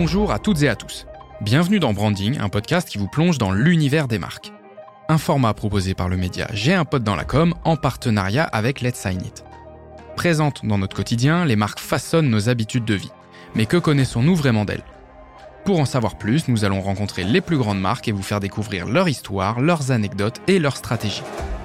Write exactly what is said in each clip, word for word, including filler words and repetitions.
Bonjour à toutes et à tous. Bienvenue dans Branding, un podcast qui vous plonge dans l'univers des marques. Un format proposé par le média J'ai un pote dans la com en partenariat avec Let's Sign It. Présentes dans notre quotidien, les marques façonnent nos habitudes de vie. Mais que connaissons-nous vraiment d'elles ? Pour en savoir plus, nous allons rencontrer les plus grandes marques et vous faire découvrir leur histoire, leurs anecdotes et leurs stratégies.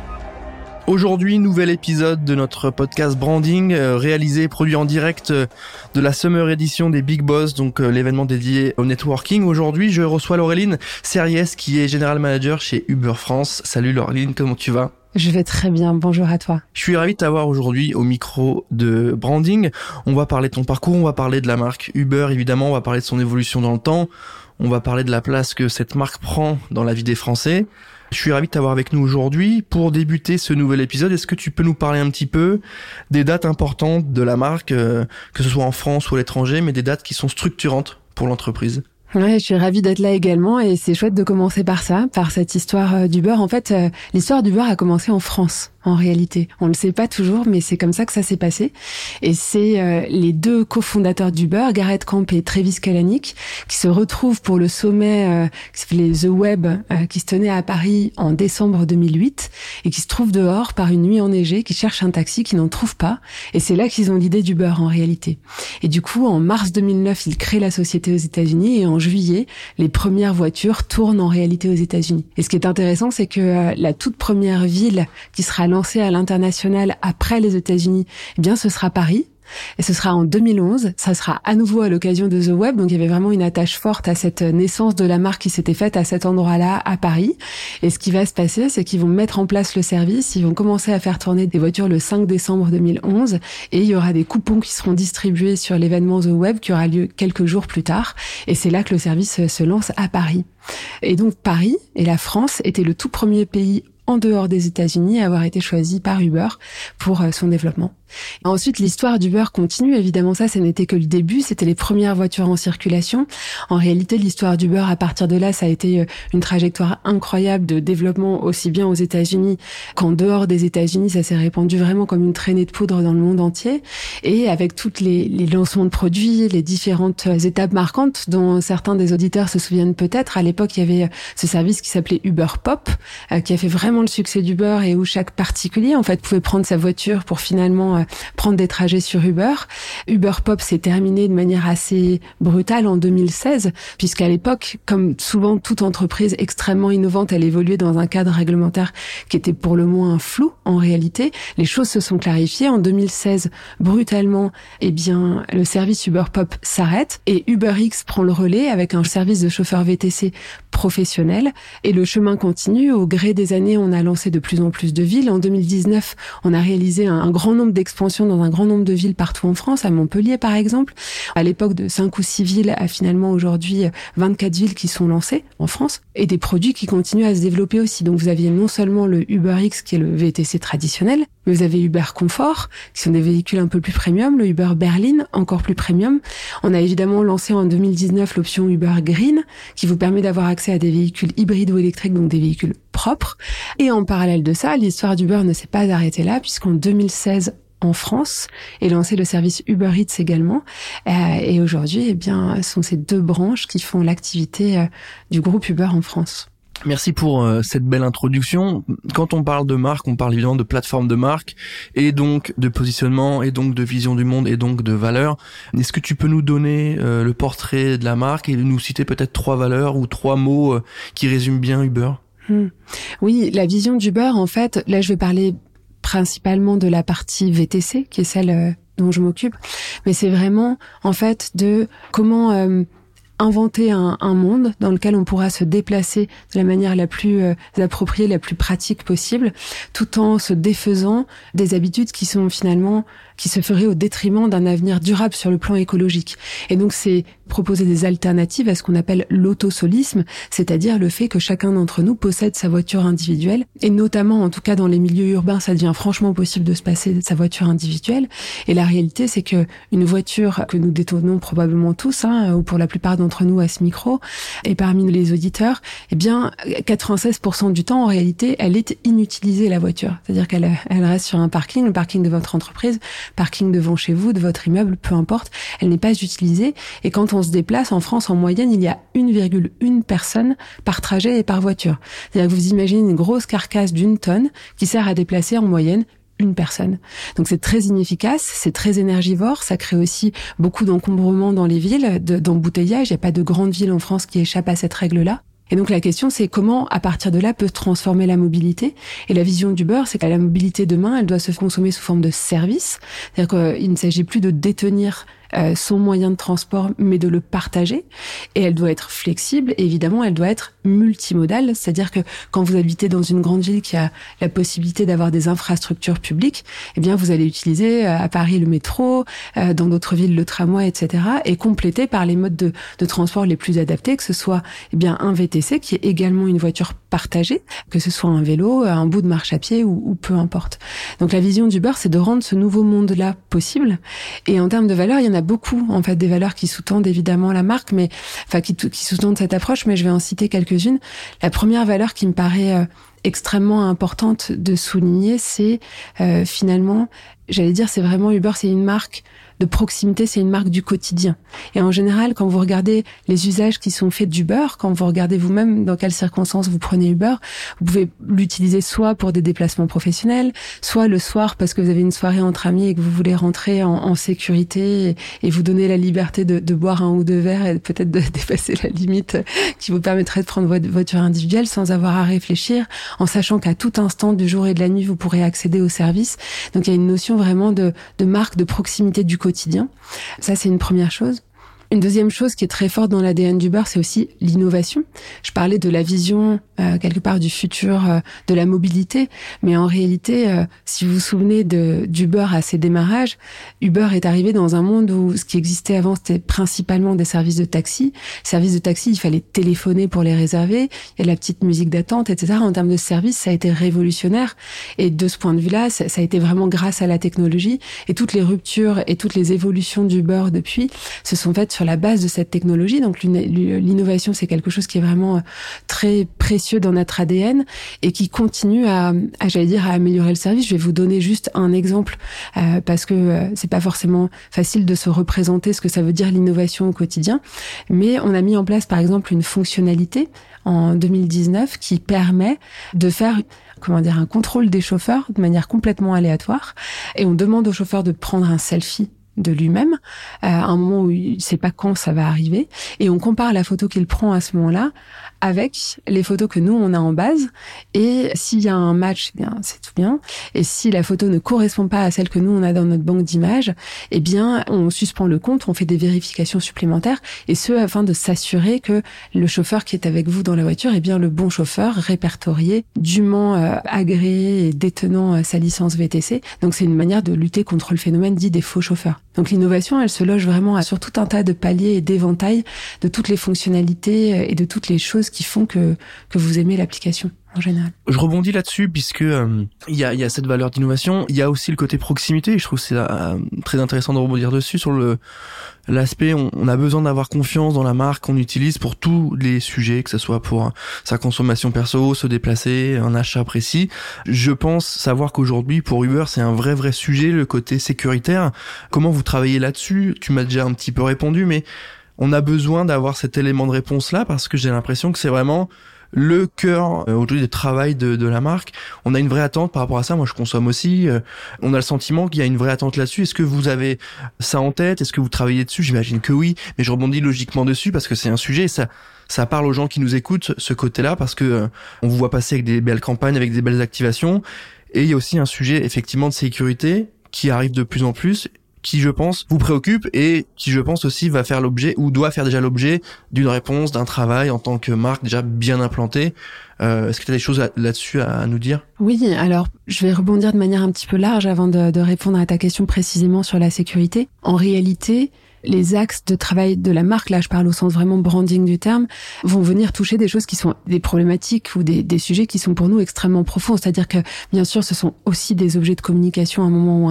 Aujourd'hui, nouvel épisode de notre podcast Branding, euh, réalisé et produit en direct euh, de la Summer Edition des Big Boss, donc euh, l'événement dédié au networking. Aujourd'hui, je reçois Laureline Serriès, qui est General Manager chez Uber France. Salut Laureline, comment tu vas ? Je vais très bien, bonjour à toi. Je suis ravi de t'avoir aujourd'hui au micro de Branding. On va parler de ton parcours, on va parler de la marque Uber, évidemment, on va parler de son évolution dans le temps, on va parler de la place que cette marque prend dans la vie des Français. Je suis ravi de t'avoir avec nous aujourd'hui. Pour débuter ce nouvel épisode, est-ce que tu peux nous parler un petit peu des dates importantes de la marque, euh, que ce soit en France ou à l'étranger, mais des dates qui sont structurantes pour l'entreprise ? Ouais, je suis ravie d'être là également et c'est chouette de commencer par ça, par cette histoire d'Uber. En fait, euh, l'histoire d'Uber a commencé en France, en réalité. On le sait pas toujours, mais c'est comme ça que ça s'est passé. Et c'est euh, les deux cofondateurs d'Uber, Garrett Camp et Travis Kalanick, qui se retrouvent pour le sommet euh, qui s'appelait The Web, euh, qui se tenait à Paris en décembre deux mille huit, et qui se trouvent dehors par une nuit enneigée, qui cherchent un taxi, qui n'en trouvent pas. Et c'est là qu'ils ont l'idée d'Uber, en réalité. Et du coup, en mars deux mille neuf, ils créent la société aux États-Unis, et en juillet, les premières voitures tournent en réalité aux États-Unis. Et ce qui est intéressant, c'est que euh, la toute première ville qui sera lancée à l'international après les États-Unis, eh bien, ce sera Paris. Et ce sera en deux mille onze, ça sera à nouveau à l'occasion de The Web, donc il y avait vraiment une attache forte à cette naissance de la marque qui s'était faite à cet endroit-là, à Paris. Et ce qui va se passer, c'est qu'ils vont mettre en place le service, ils vont commencer à faire tourner des voitures le cinq décembre deux mille onze, et il y aura des coupons qui seront distribués sur l'événement The Web qui aura lieu quelques jours plus tard, et c'est là que le service se lance à Paris. Et donc Paris et la France étaient le tout premier pays en dehors des États-Unis à avoir été choisi par Uber pour son développement. Ensuite, l'histoire d'Uber continue. Évidemment, ça, ce n'était que le début. C'était les premières voitures en circulation. En réalité, l'histoire d'Uber, à partir de là, ça a été une trajectoire incroyable de développement aussi bien aux États-Unis qu'en dehors des États-Unis. Ça s'est répandu vraiment comme une traînée de poudre dans le monde entier. Et avec toutes les, les lancements de produits, les différentes étapes marquantes dont certains des auditeurs se souviennent peut-être. À l'époque, il y avait ce service qui s'appelait Uber Pop, qui a fait vraiment le succès d'Uber et où chaque particulier, en fait, pouvait prendre sa voiture pour finalement prendre des trajets sur Uber. Uber Pop s'est terminé de manière assez brutale en deux mille seize, puisqu'à l'époque, comme souvent toute entreprise extrêmement innovante, elle évoluait dans un cadre réglementaire qui était pour le moins flou en réalité. Les choses se sont clarifiées. En deux mille seize, brutalement, eh bien, le service Uber Pop s'arrête et UberX prend le relais avec un service de chauffeur V T C professionnel. Et le chemin continue. Au gré des années, on a lancé de plus en plus de villes. En deux mille dix-neuf, on a réalisé un, un grand nombre d'expansions dans un grand nombre de villes partout en France, à Montpellier par exemple. À l'époque de cinq ou six villes, à finalement aujourd'hui vingt-quatre villes qui sont lancées en France et des produits qui continuent à se développer aussi. Donc vous aviez non seulement le UberX qui est le V T C traditionnel, mais vous avez Uber Comfort qui sont des véhicules un peu plus premium, le Uber Berlin encore plus premium. On a évidemment lancé en deux mille dix-neuf l'option Uber Green qui vous permet d'avoir accès à des véhicules hybrides ou électriques, donc des véhicules propres. Et en parallèle de ça, l'histoire d'Uber ne s'est pas arrêtée là puisqu'en deux mille seize, en France, et lancé le service Uber Eats également. Euh, et aujourd'hui, eh bien, ce sont ces deux branches qui font l'activité euh, du groupe Uber en France. Merci pour euh, cette belle introduction. Quand on parle de marque, on parle évidemment de plateforme de marque et donc de positionnement et donc de vision du monde et donc de valeurs. Est-ce que tu peux nous donner euh, le portrait de la marque et nous citer peut-être trois valeurs ou trois mots euh, qui résument bien Uber ? Hum. Oui, la vision d'Uber, en fait, là je vais parler principalement de la partie V T C, qui est celle euh, dont je m'occupe, mais c'est vraiment en fait de comment euh, inventer un, un monde dans lequel on pourra se déplacer de la manière la plus euh, appropriée, la plus pratique possible, tout en se défaisant des habitudes qui sont finalement qui se feraient au détriment d'un avenir durable sur le plan écologique. Et donc c'est proposer des alternatives à ce qu'on appelle l'autosolisme, c'est-à-dire le fait que chacun d'entre nous possède sa voiture individuelle, et notamment en tout cas dans les milieux urbains, ça devient franchement possible de se passer de sa voiture individuelle. Et la réalité, c'est que une voiture que nous détenons probablement tous, hein, ou pour la plupart d'entre d'entre nous à ce micro et parmi les auditeurs, eh bien, quatre-vingt-seize pour cent du temps, en réalité, elle est inutilisée, la voiture. C'est-à-dire qu'elle elle reste sur un parking, le parking de votre entreprise, parking devant chez vous, de votre immeuble, peu importe. Elle n'est pas utilisée. Et quand on se déplace en France, en moyenne, il y a une virgule une personne par trajet et par voiture. C'est-à-dire que vous imaginez une grosse carcasse d'une tonne qui sert à déplacer en moyenne une personne. Donc c'est très inefficace, c'est très énergivore, ça crée aussi beaucoup d'encombrements dans les villes, de, d'embouteillage. Il n'y a pas de grande ville en France qui échappe à cette règle-là. Et donc la question, c'est comment, à partir de là, peut transformer la mobilité. Et la vision d'Uber, c'est que la mobilité demain, elle doit se consommer sous forme de service. C'est-à-dire qu'il ne s'agit plus de détenir euh, son moyen de transport, mais de le partager. Et elle doit être flexible. Et évidemment, elle doit être multimodale. C'est-à-dire que quand vous habitez dans une grande ville qui a la possibilité d'avoir des infrastructures publiques, eh bien, vous allez utiliser euh, à Paris le métro, euh, dans d'autres villes le tramway, et cetera. Et complété par les modes de, de transport les plus adaptés, que ce soit eh bien un V T C qui est également une voiture partagée, que ce soit un vélo, un bout de marche à pied ou, ou peu importe. Donc la vision d'Uber, c'est de rendre ce nouveau monde-là possible. Et en termes de valeurs, il y en a beaucoup, en fait, des valeurs qui sous-tendent évidemment la marque, mais enfin qui, qui sous-tendent cette approche. Mais je vais en citer quelques-unes. La première valeur qui me paraît euh, extrêmement importante de souligner, c'est euh, finalement, j'allais dire, c'est vraiment Uber, c'est une marque de proximité, c'est une marque du quotidien. Et en général, quand vous regardez les usages qui sont faits d'Uber, quand vous regardez vous-même dans quelles circonstances vous prenez Uber, vous pouvez l'utiliser soit pour des déplacements professionnels, soit le soir parce que vous avez une soirée entre amis et que vous voulez rentrer en, en sécurité et, et vous donner la liberté de, de boire un ou deux verres et peut-être de dépasser la limite qui vous permettrait de prendre votre voiture individuelle sans avoir à réfléchir, en sachant qu'à tout instant du jour et de la nuit, vous pourrez accéder au service. Donc il y a une notion vraiment de, de marque, de proximité du quotidien. Ça, c'est une première chose. Une deuxième chose qui est très forte dans l'A D N d'Uber, c'est aussi l'innovation. Je parlais de la vision, euh, quelque part, du futur euh, de la mobilité. Mais en réalité, euh, si vous vous souvenez de, d'Uber à ses démarrages, Uber est arrivé dans un monde où ce qui existait avant, c'était principalement des services de taxi. Services de taxi, il fallait téléphoner pour les réserver. Il y a la petite musique d'attente, et cetera. En termes de service, ça a été révolutionnaire. Et de ce point de vue-là, ça, ça a été vraiment grâce à la technologie. Et toutes les ruptures et toutes les évolutions d'Uber depuis se sont faites sur la base de cette technologie. Donc l'innovation, c'est quelque chose qui est vraiment très précieux dans notre A D N et qui continue à, à j'allais dire, à améliorer le service. Je vais vous donner juste un exemple euh, parce que euh, c'est pas forcément facile de se représenter ce que ça veut dire l'innovation au quotidien. Mais on a mis en place, par exemple, une fonctionnalité en deux mille dix-neuf qui permet de faire comment dire, un contrôle des chauffeurs de manière complètement aléatoire. Et on demande au chauffeur de prendre un selfie de lui-même, euh, à un moment où il ne sait pas quand ça va arriver, et on compare la photo qu'il prend à ce moment-là avec les photos que nous, on a en base, et s'il y a un match, eh bien, c'est tout bien, et si la photo ne correspond pas à celle que nous, on a dans notre banque d'images, eh bien, on suspend le compte, on fait des vérifications supplémentaires, et ce, afin de s'assurer que le chauffeur qui est avec vous dans la voiture est bien le bon chauffeur, répertorié, dûment euh, agréé et détenant euh, sa licence V T C. Donc, c'est une manière de lutter contre le phénomène dit des faux chauffeurs. Donc l'innovation, elle se loge vraiment sur tout un tas de paliers et d'éventails de toutes les fonctionnalités et de toutes les choses qui font que que vous aimez l'application en général. Je rebondis là-dessus puisque euh, il y a il y a cette valeur d'innovation, il y a aussi le côté proximité et je trouve que c'est euh, très intéressant de rebondir dessus sur le l'aspect on, on a besoin d'avoir confiance dans la marque qu'on utilise pour tous les sujets, que ce soit pour sa consommation perso, se déplacer, un achat précis. Je pense savoir qu'aujourd'hui pour Uber, c'est un vrai vrai sujet, le côté sécuritaire. Comment vous travaillez là-dessus? Tu m'as déjà un petit peu répondu, mais on a besoin d'avoir cet élément de réponse là parce que j'ai l'impression que c'est vraiment le cœur euh, aujourd'hui du travail de, de la marque. On a une vraie attente par rapport à ça. Moi, je consomme aussi. Euh, on a le sentiment qu'il y a une vraie attente là-dessus. Est-ce que vous avez ça en tête? Est-ce que vous travaillez dessus? J'imagine que oui, mais je rebondis logiquement dessus parce que c'est un sujet. Et ça, ça parle aux gens qui nous écoutent ce côté-là parce que euh, on vous voit passer avec des belles campagnes, avec des belles activations. Et il y a aussi un sujet effectivement de sécurité qui arrive de plus en plus, qui, je pense, vous préoccupe et qui, je pense, aussi va faire l'objet ou doit faire déjà l'objet d'une réponse, d'un travail en tant que marque déjà bien implantée. Euh, est-ce que tu as des choses là- là-dessus à, à nous dire? Oui, alors je vais rebondir de manière un petit peu large avant de, de répondre à ta question précisément sur la sécurité. En réalité, les axes de travail de la marque, là je parle au sens vraiment branding du terme, vont venir toucher des choses qui sont des problématiques ou des, des sujets qui sont pour nous extrêmement profonds. C'est-à-dire que bien sûr ce sont aussi des objets de communication à un moment ou à un autre,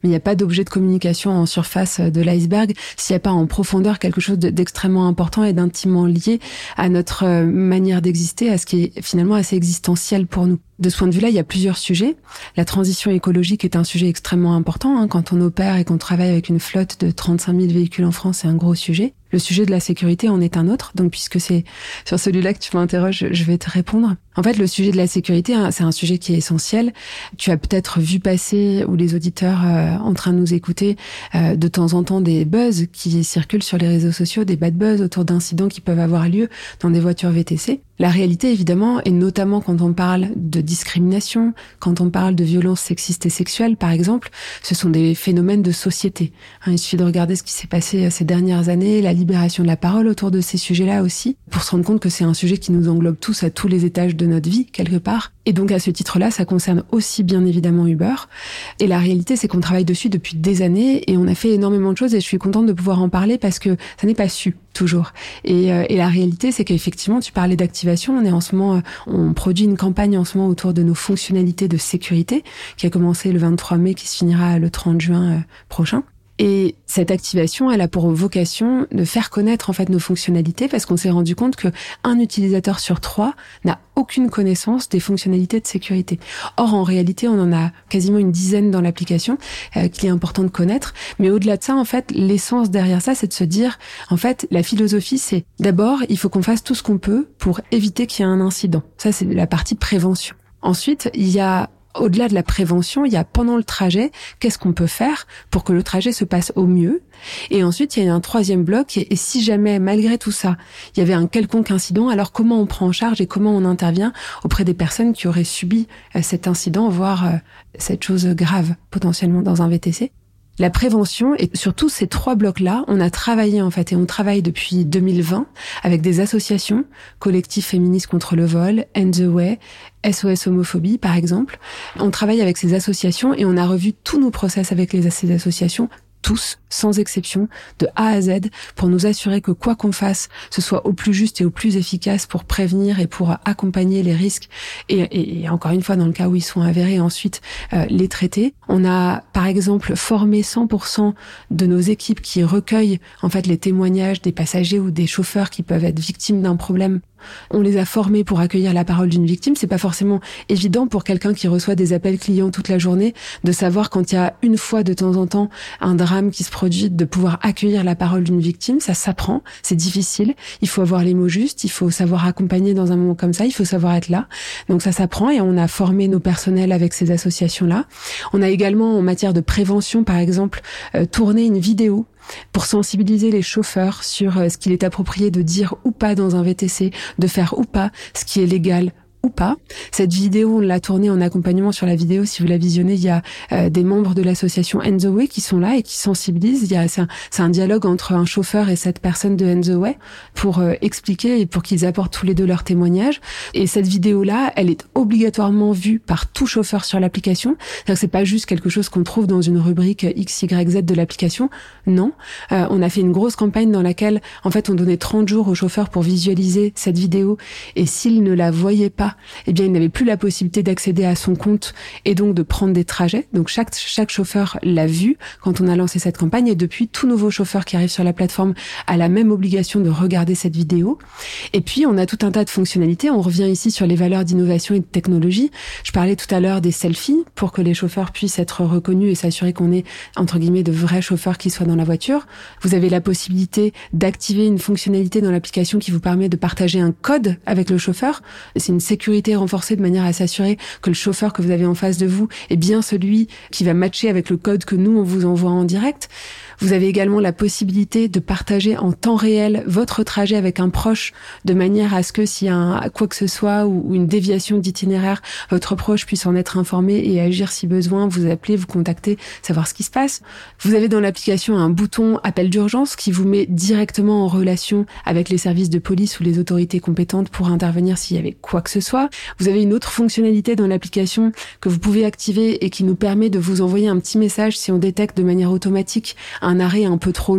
Mais il n'y a pas d'objet de communication en surface de l'iceberg s'il n'y a pas en profondeur quelque chose d'extrêmement important et d'intimement lié à notre manière d'exister, à ce qui est finalement assez existentiel pour nous. De ce point de vue-là, il y a plusieurs sujets. La transition écologique est un sujet extrêmement important. Hein. Quand on opère et qu'on travaille avec une flotte de trente-cinq mille véhicules en France, c'est un gros sujet. Le sujet de la sécurité en est un autre. Donc, puisque c'est sur celui-là que tu m'interroges, je vais te répondre. En fait, le sujet de la sécurité, hein, c'est un sujet qui est essentiel. Tu as peut-être vu passer, ou les auditeurs euh, en train de nous écouter, euh, de temps en temps des buzz qui circulent sur les réseaux sociaux, des bad buzz autour d'incidents qui peuvent avoir lieu dans des voitures V T C. La réalité, évidemment, et notamment quand on parle de discrimination, quand on parle de violences sexistes et sexuelles, par exemple, ce sont des phénomènes de société. Hein, il suffit de regarder ce qui s'est passé ces dernières années, la libération de la parole autour de ces sujets-là aussi, pour se rendre compte que c'est un sujet qui nous englobe tous à tous les étages de notre vie, quelque part. Et donc, à ce titre-là, ça concerne aussi bien évidemment Uber. Et la réalité, c'est qu'on travaille dessus depuis des années et on a fait énormément de choses et je suis contente de pouvoir en parler parce que ça n'est pas su, toujours. Et, euh, et la réalité, c'est qu'effectivement, tu parlais d'activation. On est en ce moment, euh, on produit une campagne en ce moment autour de nos fonctionnalités de sécurité qui a commencé le vingt-trois mai, qui se finira le trente juin euh, prochain. Et cette activation, elle a pour vocation de faire connaître en fait nos fonctionnalités parce qu'on s'est rendu compte que un utilisateur sur trois n'a aucune connaissance des fonctionnalités de sécurité. Or, en réalité, on en a quasiment une dizaine dans l'application euh, qu'il est important de connaître. Mais au-delà de ça, en fait, l'essence derrière ça, c'est de se dire, en fait, la philosophie, c'est d'abord, il faut qu'on fasse tout ce qu'on peut pour éviter qu'il y ait un incident. Ça, c'est la partie prévention. Ensuite, il y a au-delà de la prévention, il y a pendant le trajet, qu'est-ce qu'on peut faire pour que le trajet se passe au mieux? Et ensuite, il y a un troisième bloc, et, et si jamais, malgré tout ça, il y avait un quelconque incident, alors comment on prend en charge et comment on intervient auprès des personnes qui auraient subi euh, cet incident, voire euh, cette chose grave, potentiellement dans un V T C? La prévention, et sur tous ces trois blocs-là, on a travaillé en fait, et on travaille depuis deux mille vingt avec des associations, Collectif Féministe contre le vol, End the Way, S O S Homophobie par exemple. On travaille avec ces associations et on a revu tous nos process avec les, ces associations, tous, sans exception, de A à Z, pour nous assurer que quoi qu'on fasse, ce soit au plus juste et au plus efficace pour prévenir et pour accompagner les risques et, et, et encore une fois, dans le cas où ils sont avérés, ensuite euh, les traiter. On a, par exemple, formé cent pour cent de nos équipes qui recueillent en fait les témoignages des passagers ou des chauffeurs qui peuvent être victimes d'un problème. On les a formés pour accueillir la parole d'une victime. C'est pas forcément évident pour quelqu'un qui reçoit des appels clients toute la journée de savoir quand il y a une fois de temps en temps un drame qui se produit, de pouvoir accueillir la parole d'une victime. Ça s'apprend, c'est difficile. Il faut avoir les mots justes, il faut savoir accompagner dans un moment comme ça, il faut savoir être là. Donc ça s'apprend et on a formé nos personnels avec ces associations-là. On a également, en matière de prévention, par exemple, euh, tourné une vidéo pour sensibiliser les chauffeurs sur ce qu'il est approprié de dire ou pas dans un V T C, de faire ou pas ce qui est légal ou pas. Cette vidéo, on l'a tournée en accompagnement sur la vidéo. Si vous la visionnez, il y a euh, des membres de l'association End the Way qui sont là et qui sensibilisent. Il y a, c'est un, c'est un dialogue entre un chauffeur et cette personne de End the Way pour euh, expliquer et pour qu'ils apportent tous les deux leurs témoignages. Et cette vidéo-là, elle est obligatoirement vue par tout chauffeur sur l'application. C'est-à-dire que c'est pas juste quelque chose qu'on trouve dans une rubrique X Y Z de l'application. Non. Euh, on a fait une grosse campagne dans laquelle, en fait, on donnait trente jours aux chauffeurs pour visualiser cette vidéo. Et s'ils ne la voyaient pas, eh bien, il n'avait plus la possibilité d'accéder à son compte et donc de prendre des trajets. Donc, chaque, chaque chauffeur l'a vu quand on a lancé cette campagne et depuis, tout nouveau chauffeur qui arrive sur la plateforme a la même obligation de regarder cette vidéo. Et puis, on a tout un tas de fonctionnalités. On revient ici sur les valeurs d'innovation et de technologie. Je parlais tout à l'heure des selfies pour que les chauffeurs puissent être reconnus et s'assurer qu'on est, entre guillemets, de vrais chauffeurs qui soient dans la voiture. Vous avez la possibilité d'activer une fonctionnalité dans l'application qui vous permet de partager un code avec le chauffeur. C'est une sécurité renforcée de manière à s'assurer que le chauffeur que vous avez en face de vous est bien celui qui va matcher avec le code que nous, on vous envoie en direct. Vous avez également la possibilité de partager en temps réel votre trajet avec un proche de manière à ce que s'il y a un, quoi que ce soit ou une déviation d'itinéraire, votre proche puisse en être informé et agir si besoin, vous appeler, vous contacter, savoir ce qui se passe. Vous avez dans l'application un bouton appel d'urgence qui vous met directement en relation avec les services de police ou les autorités compétentes pour intervenir s'il y avait quoi que ce soit. Vous avez une autre fonctionnalité dans l'application que vous pouvez activer et qui nous permet de vous envoyer un petit message si on détecte de manière automatique un arrêt un peu trop long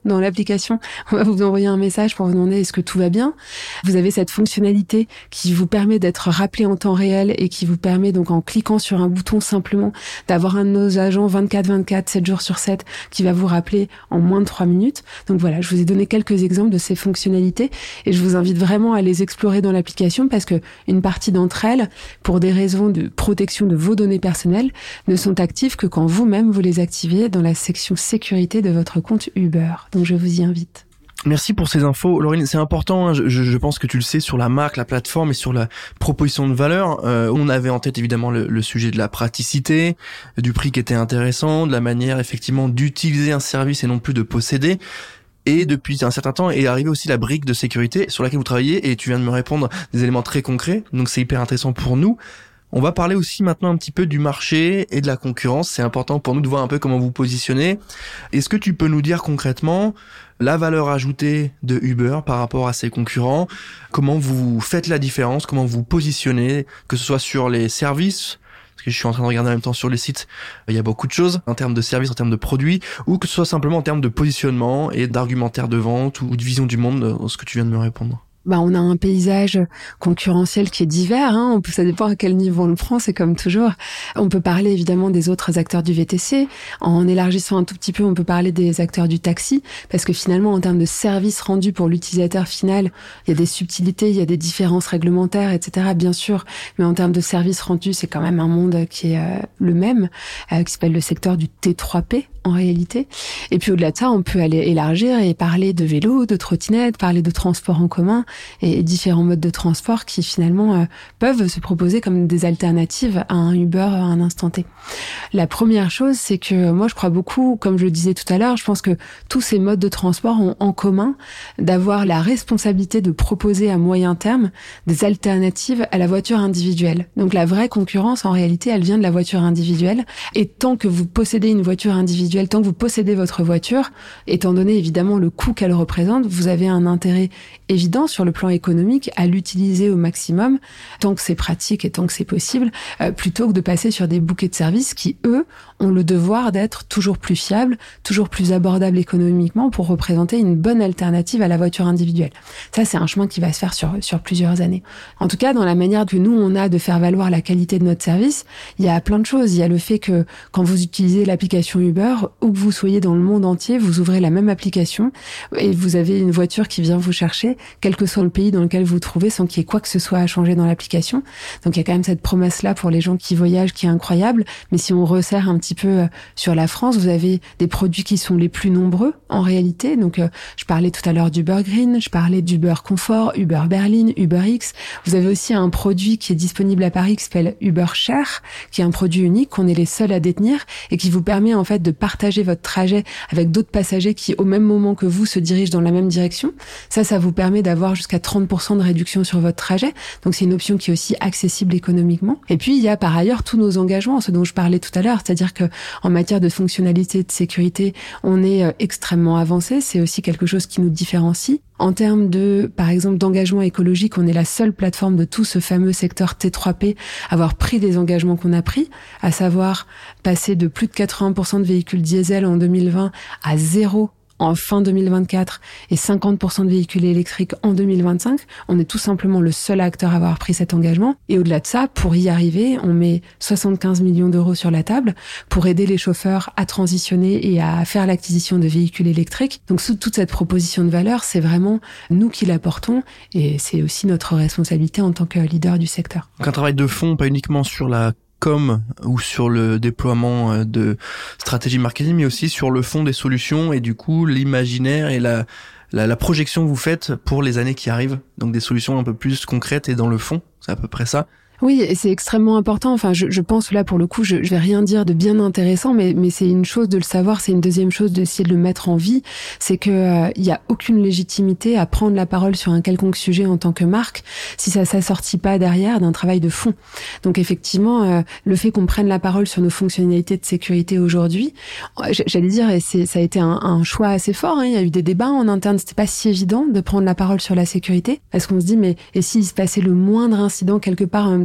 dans l'application. On va vous envoyer un message pour vous demander est-ce que tout va bien. Vous avez cette fonctionnalité qui vous permet d'être rappelé en temps réel et qui vous permet donc en cliquant sur un bouton simplement d'avoir un de nos agents vingt-quatre vingt-quatre, sept jours sur sept qui va vous rappeler en moins de trois minutes. Donc voilà, je vous ai donné quelques exemples de ces fonctionnalités et je vous invite vraiment à les explorer dans l'application parce que une partie d'entre elles, pour des raisons de protection de vos données personnelles, ne sont actives que quand vous-même vous les activez dans la section sécurité de votre compte Uber. Donc je vous y invite. Merci pour ces infos, Laurine. C'est important, hein, je, je pense que tu le sais, sur la marque, la plateforme et sur la proposition de valeur. Euh, on avait en tête évidemment le, le sujet de la praticité, du prix qui était intéressant, de la manière effectivement d'utiliser un service et non plus de posséder. Et depuis un certain temps est arrivée aussi la brique de sécurité sur laquelle vous travaillez et tu viens de me répondre des éléments très concrets. Donc c'est hyper intéressant pour nous. On va parler aussi maintenant un petit peu du marché et de la concurrence. C'est important pour nous de voir un peu comment vous positionnez. Est-ce que tu peux nous dire concrètement la valeur ajoutée de Uber par rapport à ses concurrents? Comment vous faites la différence? Comment vous positionnez? Que ce soit sur les services, parce que je suis en train de regarder en même temps sur les sites, il y a beaucoup de choses en termes de services, en termes de produits, ou que ce soit simplement en termes de positionnement et d'argumentaire de vente ou de vision du monde, ce que tu viens de me répondre. Bah, on a un paysage concurrentiel qui est divers, hein. On peut, ça dépend à quel niveau on le prend, c'est comme toujours. On peut parler évidemment des autres acteurs du V T C. En élargissant un tout petit peu, on peut parler des acteurs du taxi, parce que finalement, en termes de services rendus pour l'utilisateur final, il y a des subtilités, il y a des différences réglementaires, et cetera, bien sûr. Mais en termes de services rendus, c'est quand même un monde qui est euh, le même, euh, qui s'appelle le secteur du T trois P. En réalité. Et puis au-delà de ça, on peut aller élargir et parler de vélo, de trottinette, parler de transport en commun et différents modes de transport qui finalement euh, peuvent se proposer comme des alternatives à un Uber à un instant T. La première chose, c'est que moi je crois beaucoup, comme je le disais tout à l'heure, je pense que tous ces modes de transport ont en commun d'avoir la responsabilité de proposer à moyen terme des alternatives à la voiture individuelle. Donc la vraie concurrence, en réalité, elle vient de la voiture individuelle. Et tant que vous possédez une voiture individuelle, tant que vous possédez votre voiture, étant donné évidemment le coût qu'elle représente, vous avez un intérêt évident sur le plan économique à l'utiliser au maximum, tant que c'est pratique et tant que c'est possible, euh, plutôt que de passer sur des bouquets de services qui, eux, ont le devoir d'être toujours plus fiables, toujours plus abordables économiquement pour représenter une bonne alternative à la voiture individuelle. Ça, c'est un chemin qui va se faire sur, sur plusieurs années. En tout cas, dans la manière que nous, on a de faire valoir la qualité de notre service, il y a plein de choses. Il y a le fait que quand vous utilisez l'application Uber, où que vous soyez dans le monde entier, vous ouvrez la même application et vous avez une voiture qui vient vous chercher, quel que soit le pays dans lequel vous vous trouvez, sans qu'il y ait quoi que ce soit à changer dans l'application. Donc il y a quand même cette promesse-là pour les gens qui voyagent qui est incroyable. Mais si on resserre un petit peu sur la France, vous avez des produits qui sont les plus nombreux en réalité. Donc euh, je parlais tout à l'heure d'Uber Green, je parlais d'Uber Comfort, Uber Berlin, Uber X. Vous avez aussi un produit qui est disponible à Paris qui s'appelle Uber Share, qui est un produit unique qu'on est les seuls à détenir et qui vous permet en fait de partager votre trajet avec d'autres passagers qui, au même moment que vous, se dirigent dans la même direction. Ça, ça vous permet d'avoir jusqu'à trente pour cent de réduction sur votre trajet. Donc, c'est une option qui est aussi accessible économiquement. Et puis, il y a par ailleurs tous nos engagements, ce dont je parlais tout à l'heure. C'est-à-dire que en matière de fonctionnalité, de sécurité, on est euh, extrêmement avancé. C'est aussi quelque chose qui nous différencie. En termes de, par exemple, d'engagement écologique, on est la seule plateforme de tout ce fameux secteur T trois P à avoir pris des engagements qu'on a pris, à savoir passer de plus de quatre-vingts pour cent de véhicules diesel en deux mille vingt à zéro en fin deux mille vingt-quatre et cinquante pour cent de véhicules électriques en deux mille vingt-cinq. On est tout simplement le seul acteur à avoir pris cet engagement. Et au-delà de ça, pour y arriver, on met soixante-quinze millions d'euros sur la table pour aider les chauffeurs à transitionner et à faire l'acquisition de véhicules électriques. Donc toute cette proposition de valeur, c'est vraiment nous qui la portons et c'est aussi notre responsabilité en tant que leader du secteur. Donc un travail de fond, pas uniquement sur la com ou sur le déploiement de stratégie marketing, mais aussi sur le fond des solutions et du coup l'imaginaire et la, la, la projection que vous faites pour les années qui arrivent. Donc des solutions un peu plus concrètes et dans le fond, c'est à peu près ça. Oui, et c'est extrêmement important. Enfin, je, je pense là pour le coup, je, je vais rien dire de bien intéressant, mais mais c'est une chose de le savoir, c'est une deuxième chose d'essayer de le mettre en vie. C'est que euh, il y a aucune légitimité à prendre la parole sur un quelconque sujet en tant que marque si ça s'assortit pas derrière d'un travail de fond. Donc effectivement, euh, le fait qu'on prenne la parole sur nos fonctionnalités de sécurité aujourd'hui, j'allais dire, et c'est ça a été un, un choix assez fort. Hein, il y a eu des débats en interne, c'était pas si évident de prendre la parole sur la sécurité parce qu'on se dit mais et s'il se passait le moindre incident quelque part en même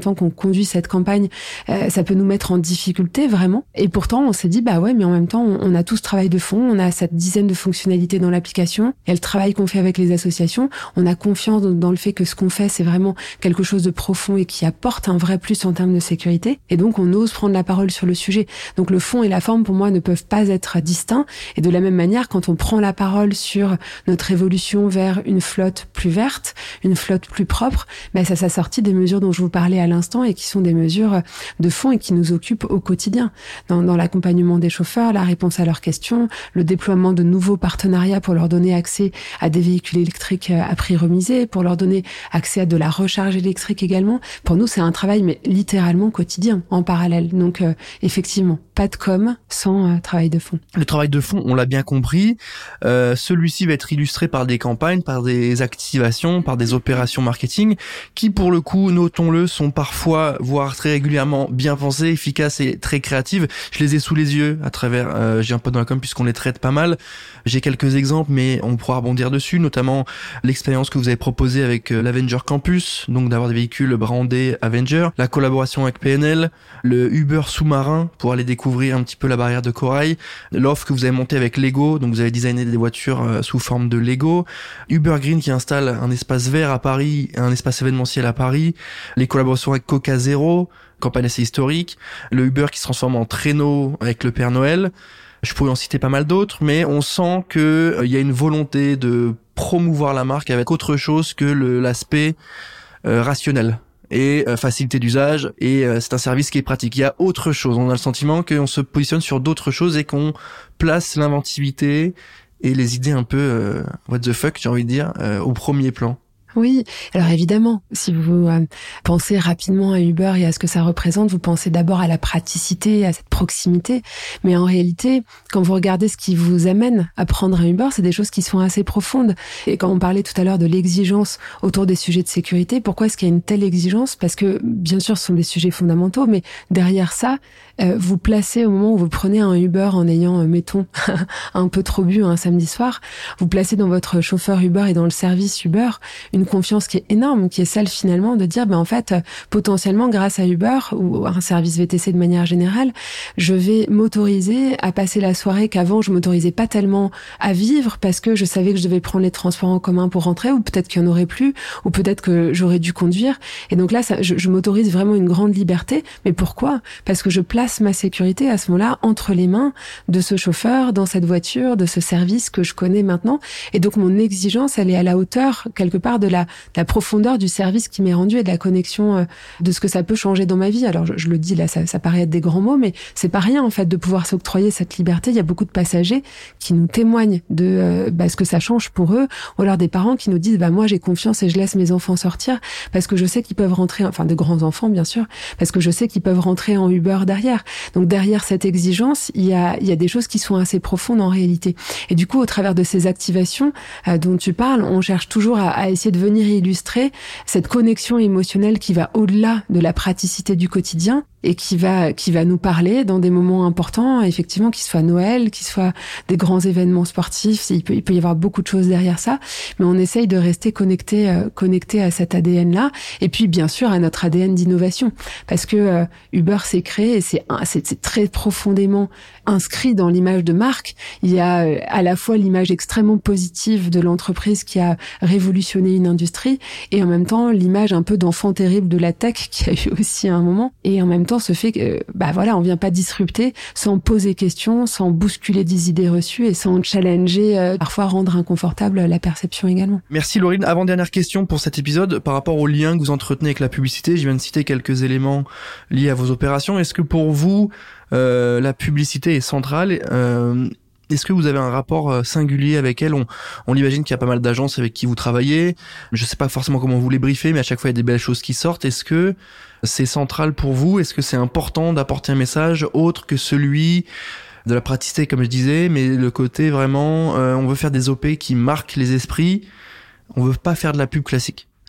temps qu'on conduit cette campagne, euh, ça peut nous mettre en difficulté vraiment. Et pourtant, on s'est dit, bah ouais, mais en même temps, on, on a tout ce travail de fond, on a cette dizaine de fonctionnalités dans l'application, et le travail qu'on fait avec les associations, on a confiance dans, dans le fait que ce qu'on fait, c'est vraiment quelque chose de profond et qui apporte un vrai plus en termes de sécurité. Et donc, on ose prendre la parole sur le sujet. Donc, le fond et la forme, pour moi, ne peuvent pas être distincts. Et de la même manière, quand on prend la parole sur notre évolution vers une flotte plus verte, une flotte plus propre, ben ça s'assortit des mesures dont je vous parlais à l'instant et qui sont des mesures de fond et qui nous occupent au quotidien. Dans, dans l'accompagnement des chauffeurs, la réponse à leurs questions, le déploiement de nouveaux partenariats pour leur donner accès à des véhicules électriques à prix remisé, pour leur donner accès à de la recharge électrique également. Pour nous, c'est un travail, mais littéralement quotidien, en parallèle. Donc, euh, effectivement, pas de com sans euh, travail de fond. Le travail de fond, on l'a bien compris. Euh, celui-ci va être illustré par des campagnes, par des activations, par des opérations marketing qui, pour le coup, notons-le, sont parfois, voire très régulièrement bien pensées, efficaces et très créatives. Je les ai sous les yeux à travers euh, J'ai un pote dans la com puisqu'on les traite pas mal. J'ai quelques exemples, mais on pourra rebondir dessus, notamment l'expérience que vous avez proposée avec euh, l'Avenger Campus, donc d'avoir des véhicules brandés Avenger, la collaboration avec P N L, le Uber sous-marin pour aller découvrir un petit peu la barrière de corail, l'offre que vous avez montée avec Lego, donc vous avez designé des voitures euh, sous forme de Lego, Uber Green qui installe un espace vert à Paris, un espace événementiel à Paris, les collaborations avec Coca Zéro, campagne assez historique, le Uber qui se transforme en traîneau avec le Père Noël. Je pourrais en citer pas mal d'autres, mais on sent que il euh, y a une volonté de promouvoir la marque avec autre chose que le, l'aspect euh, rationnel et euh, facilité d'usage, et euh, c'est un service qui est pratique. Il y a autre chose, on a le sentiment qu'on se positionne sur d'autres choses et qu'on place l'inventivité et les idées un peu euh, what the fuck, j'ai envie de dire, euh, au premier plan. Oui, alors évidemment, si vous euh, pensez rapidement à Uber et à ce que ça représente, vous pensez d'abord à la praticité, à cette proximité, mais en réalité, quand vous regardez ce qui vous amène à prendre un Uber, c'est des choses qui sont assez profondes. Et quand on parlait tout à l'heure de l'exigence autour des sujets de sécurité, pourquoi est-ce qu'il y a une telle exigence ? Parce que, bien sûr, ce sont des sujets fondamentaux, mais derrière ça, euh, vous placez au moment où vous prenez un Uber en ayant, euh, mettons, un peu trop bu un samedi soir, vous placez dans votre chauffeur Uber et dans le service Uber une confiance qui est énorme, qui est celle finalement de dire, ben en fait, potentiellement grâce à Uber ou un service V T C de manière générale, je vais m'autoriser à passer la soirée qu'avant je m'autorisais pas tellement à vivre parce que je savais que je devais prendre les transports en commun pour rentrer, ou peut-être qu'il y en aurait plus, ou peut-être que j'aurais dû conduire. Et donc là, ça, je, je m'autorise vraiment une grande liberté. Mais pourquoi ? Parce que je place ma sécurité à ce moment-là entre les mains de ce chauffeur, dans cette voiture, de ce service que je connais maintenant. Et donc mon exigence, elle est à la hauteur quelque part de la, de la profondeur du service qui m'est rendu et de la connexion euh, de ce que ça peut changer dans ma vie. Alors je, je le dis là, ça, ça paraît être des grands mots, mais c'est pas rien en fait de pouvoir s'octroyer cette liberté. Il y a beaucoup de passagers qui nous témoignent de euh, bah, ce que ça change pour eux, ou alors des parents qui nous disent bah moi j'ai confiance et je laisse mes enfants sortir parce que je sais qu'ils peuvent rentrer, enfin de grands enfants bien sûr, parce que je sais qu'ils peuvent rentrer en Uber derrière. Donc derrière cette exigence, il y a il y a des choses qui sont assez profondes en réalité. Et du coup, au travers de ces activations euh, dont tu parles, on cherche toujours à, à essayer de venir illustrer cette connexion émotionnelle qui va au-delà de la praticité du quotidien et qui va qui va nous parler dans des moments importants, effectivement, qu'il soit Noël, qu'il soit des grands événements sportifs, il peut il peut y avoir beaucoup de choses derrière ça, mais on essaye de rester connecté euh, connecté à cet A D N là, et puis bien sûr à notre A D N d'innovation, parce que euh, Uber s'est créé et c'est c'est, c'est très profondément inscrit dans l'image de marque. Il y a euh, à la fois l'image extrêmement positive de l'entreprise qui a révolutionné une industrie, et en même temps l'image un peu d'enfant terrible de la tech qui a eu aussi à un moment, et en même temps se fait que bah voilà, on vient pas disrupter sans poser question, sans bousculer des idées reçues et sans challenger, euh, parfois rendre inconfortable la perception également. Merci Laurine. Avant-dernière question pour cet épisode, par rapport au lien que vous entretenez avec la publicité, je viens de citer quelques éléments liés à vos opérations. Est-ce que pour vous, euh, la publicité est centrale ? euh, Est-ce que vous avez un rapport singulier avec elle ? On, on l'imagine qu'il y a pas mal d'agences avec qui vous travaillez. Je sais pas forcément comment vous les briefez, mais à chaque fois il y a des belles choses qui sortent. Est-ce que c'est central pour vous ? Est-ce que c'est important d'apporter un message autre que celui de la praticité, comme je disais, mais le côté vraiment, euh, on veut faire des O P qui marquent les esprits. On veut pas faire de la pub classique.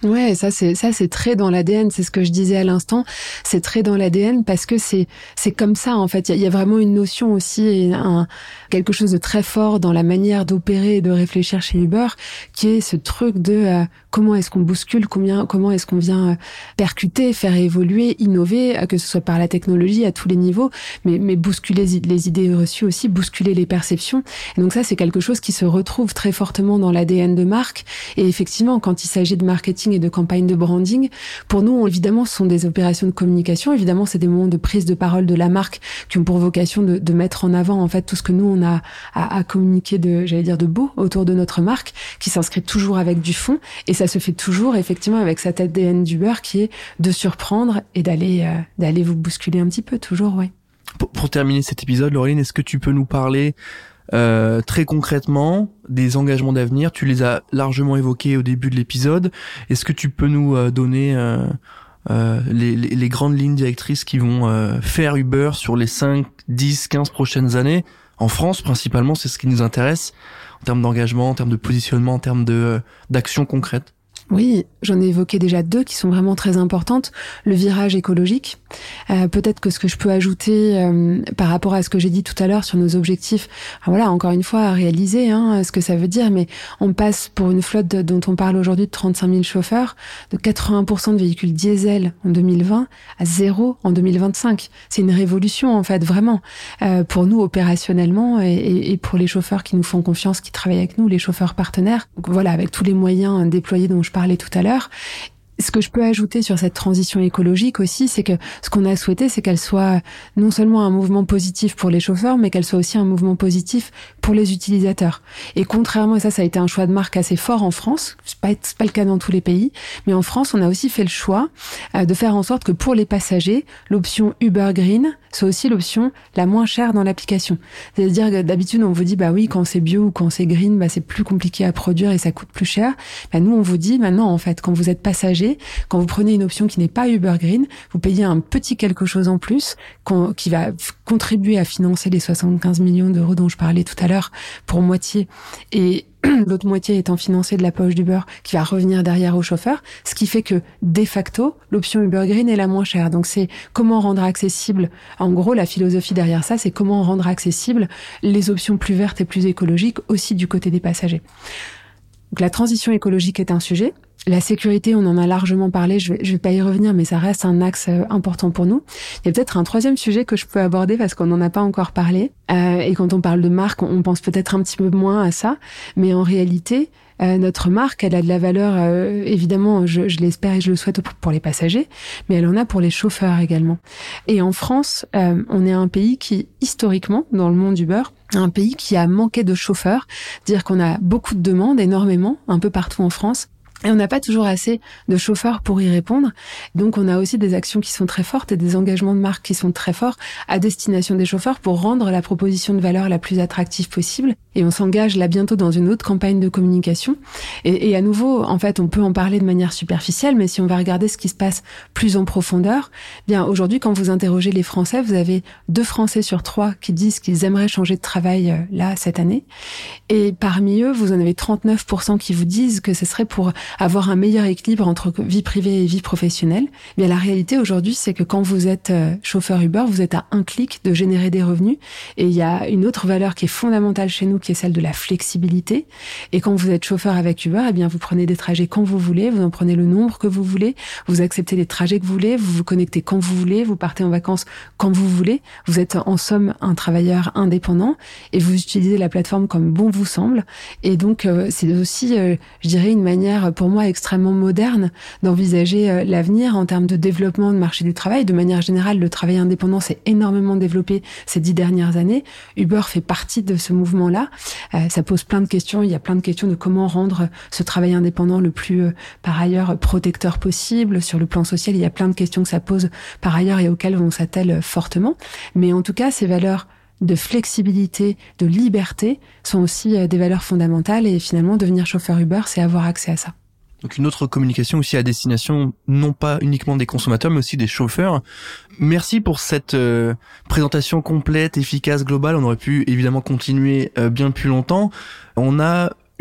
Ouais, ça c'est ça c'est très dans l'A D N, c'est ce que je disais à l'instant, c'est très dans l'A D N parce que c'est c'est comme ça en fait, il y, y a vraiment une notion aussi et un quelque chose de très fort dans la manière d'opérer et de réfléchir chez Uber qui est ce truc de euh, comment est-ce qu'on bouscule, combien comment est-ce qu'on vient euh, percuter, faire évoluer, innover, euh, que ce soit par la technologie à tous les niveaux, mais mais bousculer les idées reçues aussi, bousculer les perceptions. Et donc ça c'est quelque chose qui se retrouve très fortement dans l'A D N de marque et effectivement quand il s'agit de marketing et de campagne de branding. Pour nous, évidemment, ce sont des opérations de communication. Évidemment, c'est des moments de prise de parole de la marque qui ont pour vocation de, de mettre en avant, en fait, tout ce que nous, on a à, à communiquer de, j'allais dire, de beau autour de notre marque, qui s'inscrit toujours avec du fond. Et ça se fait toujours, effectivement, avec cette A D N d'Uber qui est de surprendre et d'aller, euh, d'aller vous bousculer un petit peu, toujours, ouais. Pour, pour terminer cet épisode, Laureline, est-ce que tu peux nous parler Euh, très concrètement des engagements d'avenir? Tu les as largement évoqués au début de l'épisode. Est-ce que tu peux nous euh, donner euh, euh, les, les, les grandes lignes directrices qui vont euh, faire Uber sur les cinq, dix, quinze prochaines années? En France, principalement, c'est ce qui nous intéresse en termes d'engagement, en termes de positionnement, en termes de euh, d'action concrète. Oui, j'en ai évoqué déjà deux qui sont vraiment très importantes. Le virage écologique. Euh, peut-être que ce que je peux ajouter euh, par rapport à ce que j'ai dit tout à l'heure sur nos objectifs, voilà, encore une fois, à réaliser hein, ce que ça veut dire, mais on passe pour une flotte de, dont on parle aujourd'hui de trente-cinq mille chauffeurs, de quatre-vingts pour cent de véhicules diesel en deux mille vingt à zéro en deux mille vingt-cinq. C'est une révolution, en fait, vraiment, euh, pour nous opérationnellement et, et, et pour les chauffeurs qui nous font confiance, qui travaillent avec nous, les chauffeurs partenaires. Donc voilà, avec tous les moyens déployés dont je parlais tout à l'heure. Ce que je peux ajouter sur cette transition écologique aussi, c'est que ce qu'on a souhaité, c'est qu'elle soit non seulement un mouvement positif pour les chauffeurs, mais qu'elle soit aussi un mouvement positif pour les utilisateurs. Et contrairement, et ça, ça a été un choix de marque assez fort en France, c'est pas, c'est pas le cas dans tous les pays, mais en France, on a aussi fait le choix euh, de faire en sorte que pour les passagers, l'option Uber Green soit aussi l'option la moins chère dans l'application. C'est-à-dire que d'habitude, on vous dit, bah oui, quand c'est bio ou quand c'est green, bah c'est plus compliqué à produire et ça coûte plus cher. Bah nous, on vous dit, maintenant, en fait, quand vous êtes passager, quand vous prenez une option qui n'est pas Uber Green, vous payez un petit quelque chose en plus qui va contribuer à financer les soixante-quinze millions d'euros dont je parlais tout à l'heure pour moitié et l'autre moitié étant financée de la poche d'Uber qui va revenir derrière au chauffeur, ce qui fait que de facto, l'option Uber Green est la moins chère. Donc c'est comment rendre accessible, en gros la philosophie derrière ça, c'est comment rendre accessible les options plus vertes et plus écologiques aussi du côté des passagers. Donc la transition écologique est un sujet. La sécurité, on en a largement parlé, je vais, je vais pas y revenir, mais ça reste un axe important pour nous. Il y a peut-être un troisième sujet que je peux aborder parce qu'on n'en a pas encore parlé. Euh, et quand on parle de marque, on pense peut-être un petit peu moins à ça. Mais en réalité, euh, notre marque, elle a de la valeur, euh, évidemment, je, je l'espère et je le souhaite pour les passagers, mais elle en a pour les chauffeurs également. Et en France, euh, on est un pays qui, historiquement, dans le monde Uber, un pays qui a manqué de chauffeurs. Dire qu'on a beaucoup de demandes, énormément, un peu partout en France. Et on n'a pas toujours assez de chauffeurs pour y répondre. Donc, on a aussi des actions qui sont très fortes et des engagements de marque qui sont très forts à destination des chauffeurs pour rendre la proposition de valeur la plus attractive possible. Et on s'engage là bientôt dans une autre campagne de communication. Et, et à nouveau, en fait, on peut en parler de manière superficielle, mais si on va regarder ce qui se passe plus en profondeur, bien aujourd'hui, quand vous interrogez les Français, vous avez deux Français sur trois qui disent qu'ils aimeraient changer de travail euh, là cette année. Et parmi eux, vous en avez trente-neuf pour cent qui vous disent que ce serait pour avoir un meilleur équilibre entre vie privée et vie professionnelle. Bien, la réalité aujourd'hui, c'est que quand vous êtes chauffeur Uber, vous êtes à un clic de générer des revenus. Et il y a une autre valeur qui est fondamentale chez nous, qui est celle de la flexibilité. Et quand vous êtes chauffeur avec Uber, eh bien, vous prenez des trajets quand vous voulez, vous en prenez le nombre que vous voulez, vous acceptez les trajets que vous voulez, vous vous connectez quand vous voulez, vous partez en vacances quand vous voulez. Vous êtes en somme un travailleur indépendant et vous utilisez la plateforme comme bon vous semble. Et donc, euh, c'est aussi, euh, je dirais, une manière pour moi extrêmement moderne d'envisager euh, l'avenir en termes de développement de marché du travail. De manière générale, le travail indépendant s'est énormément développé ces dix dernières années. Uber fait partie de ce mouvement-là. Euh, ça pose plein de questions. Il y a plein de questions de comment rendre ce travail indépendant le plus, euh, par ailleurs, protecteur possible. Sur le plan social, il y a plein de questions que ça pose par ailleurs et auxquelles on s'attelle fortement. Mais en tout cas, ces valeurs de flexibilité, de liberté sont aussi euh, des valeurs fondamentales et finalement, devenir chauffeur Uber, c'est avoir accès à ça. Donc une autre communication aussi à destination, non pas uniquement des consommateurs, mais aussi des chauffeurs. Merci pour cette euh, présentation complète, efficace, globale. On aurait pu évidemment continuer euh, bien plus longtemps. On a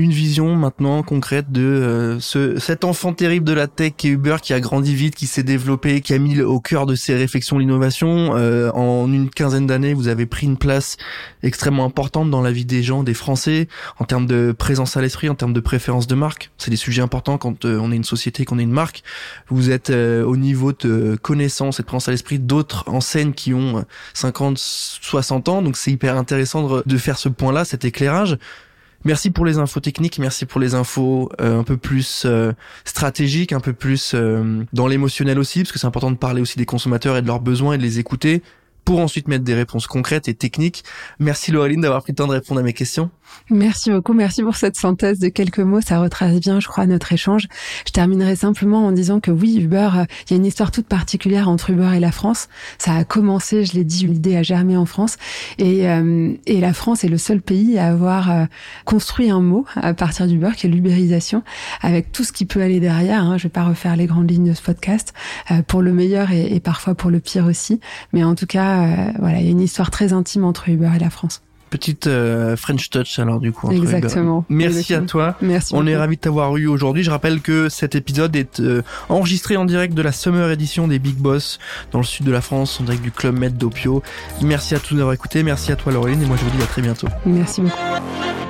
une vision maintenant concrète de euh, ce cet enfant terrible de la tech qui est Uber, qui a grandi vite, qui s'est développé, qui a mis au cœur de ses réflexions l'innovation. Euh, en une quinzaine d'années, vous avez pris une place extrêmement importante dans la vie des gens, des Français, en termes de présence à l'esprit, en termes de préférence de marque. C'est des sujets importants quand euh, on est une société, qu'on est une marque. Vous êtes euh, au niveau de connaissance et de présence à l'esprit d'autres enseignes qui ont cinquante, soixante ans, donc c'est hyper intéressant de, de faire ce point-là, cet éclairage. Merci pour les infos techniques, merci pour les infos euh, un peu plus euh, stratégiques, un peu plus euh, dans l'émotionnel aussi, parce que c'est important de parler aussi des consommateurs et de leurs besoins et de les écouter pour ensuite mettre des réponses concrètes et techniques. Merci Laureline d'avoir pris le temps de répondre à mes questions. Merci beaucoup, merci pour cette synthèse de quelques mots, ça retrace bien, je crois, notre échange. Je terminerai simplement en disant que oui, Uber, il y a une histoire toute particulière entre Uber et la France. Ça a commencé, je l'ai dit, l'idée a germé en France, et euh, et la France est le seul pays à avoir euh, construit un mot à partir d'Uber, qui est l'ubérisation, avec tout ce qui peut aller derrière. Hein. Je vais pas refaire les grandes lignes de ce podcast, euh, pour le meilleur et, et parfois pour le pire aussi, mais en tout cas, euh, voilà, il y a une histoire très intime entre Uber et la France. Petite euh, French touch alors du coup. Exactement. Merci Exactement. à toi. Merci. On beaucoup. est ravis de t'avoir eu aujourd'hui. Je rappelle que cet épisode est euh, enregistré en direct de la Summer Edition des Big Boss dans le sud de la France, en direct du Club Med d'Opio. Merci à tous d'avoir écouté. Merci à toi Laureline et moi je vous dis à très bientôt. Merci beaucoup.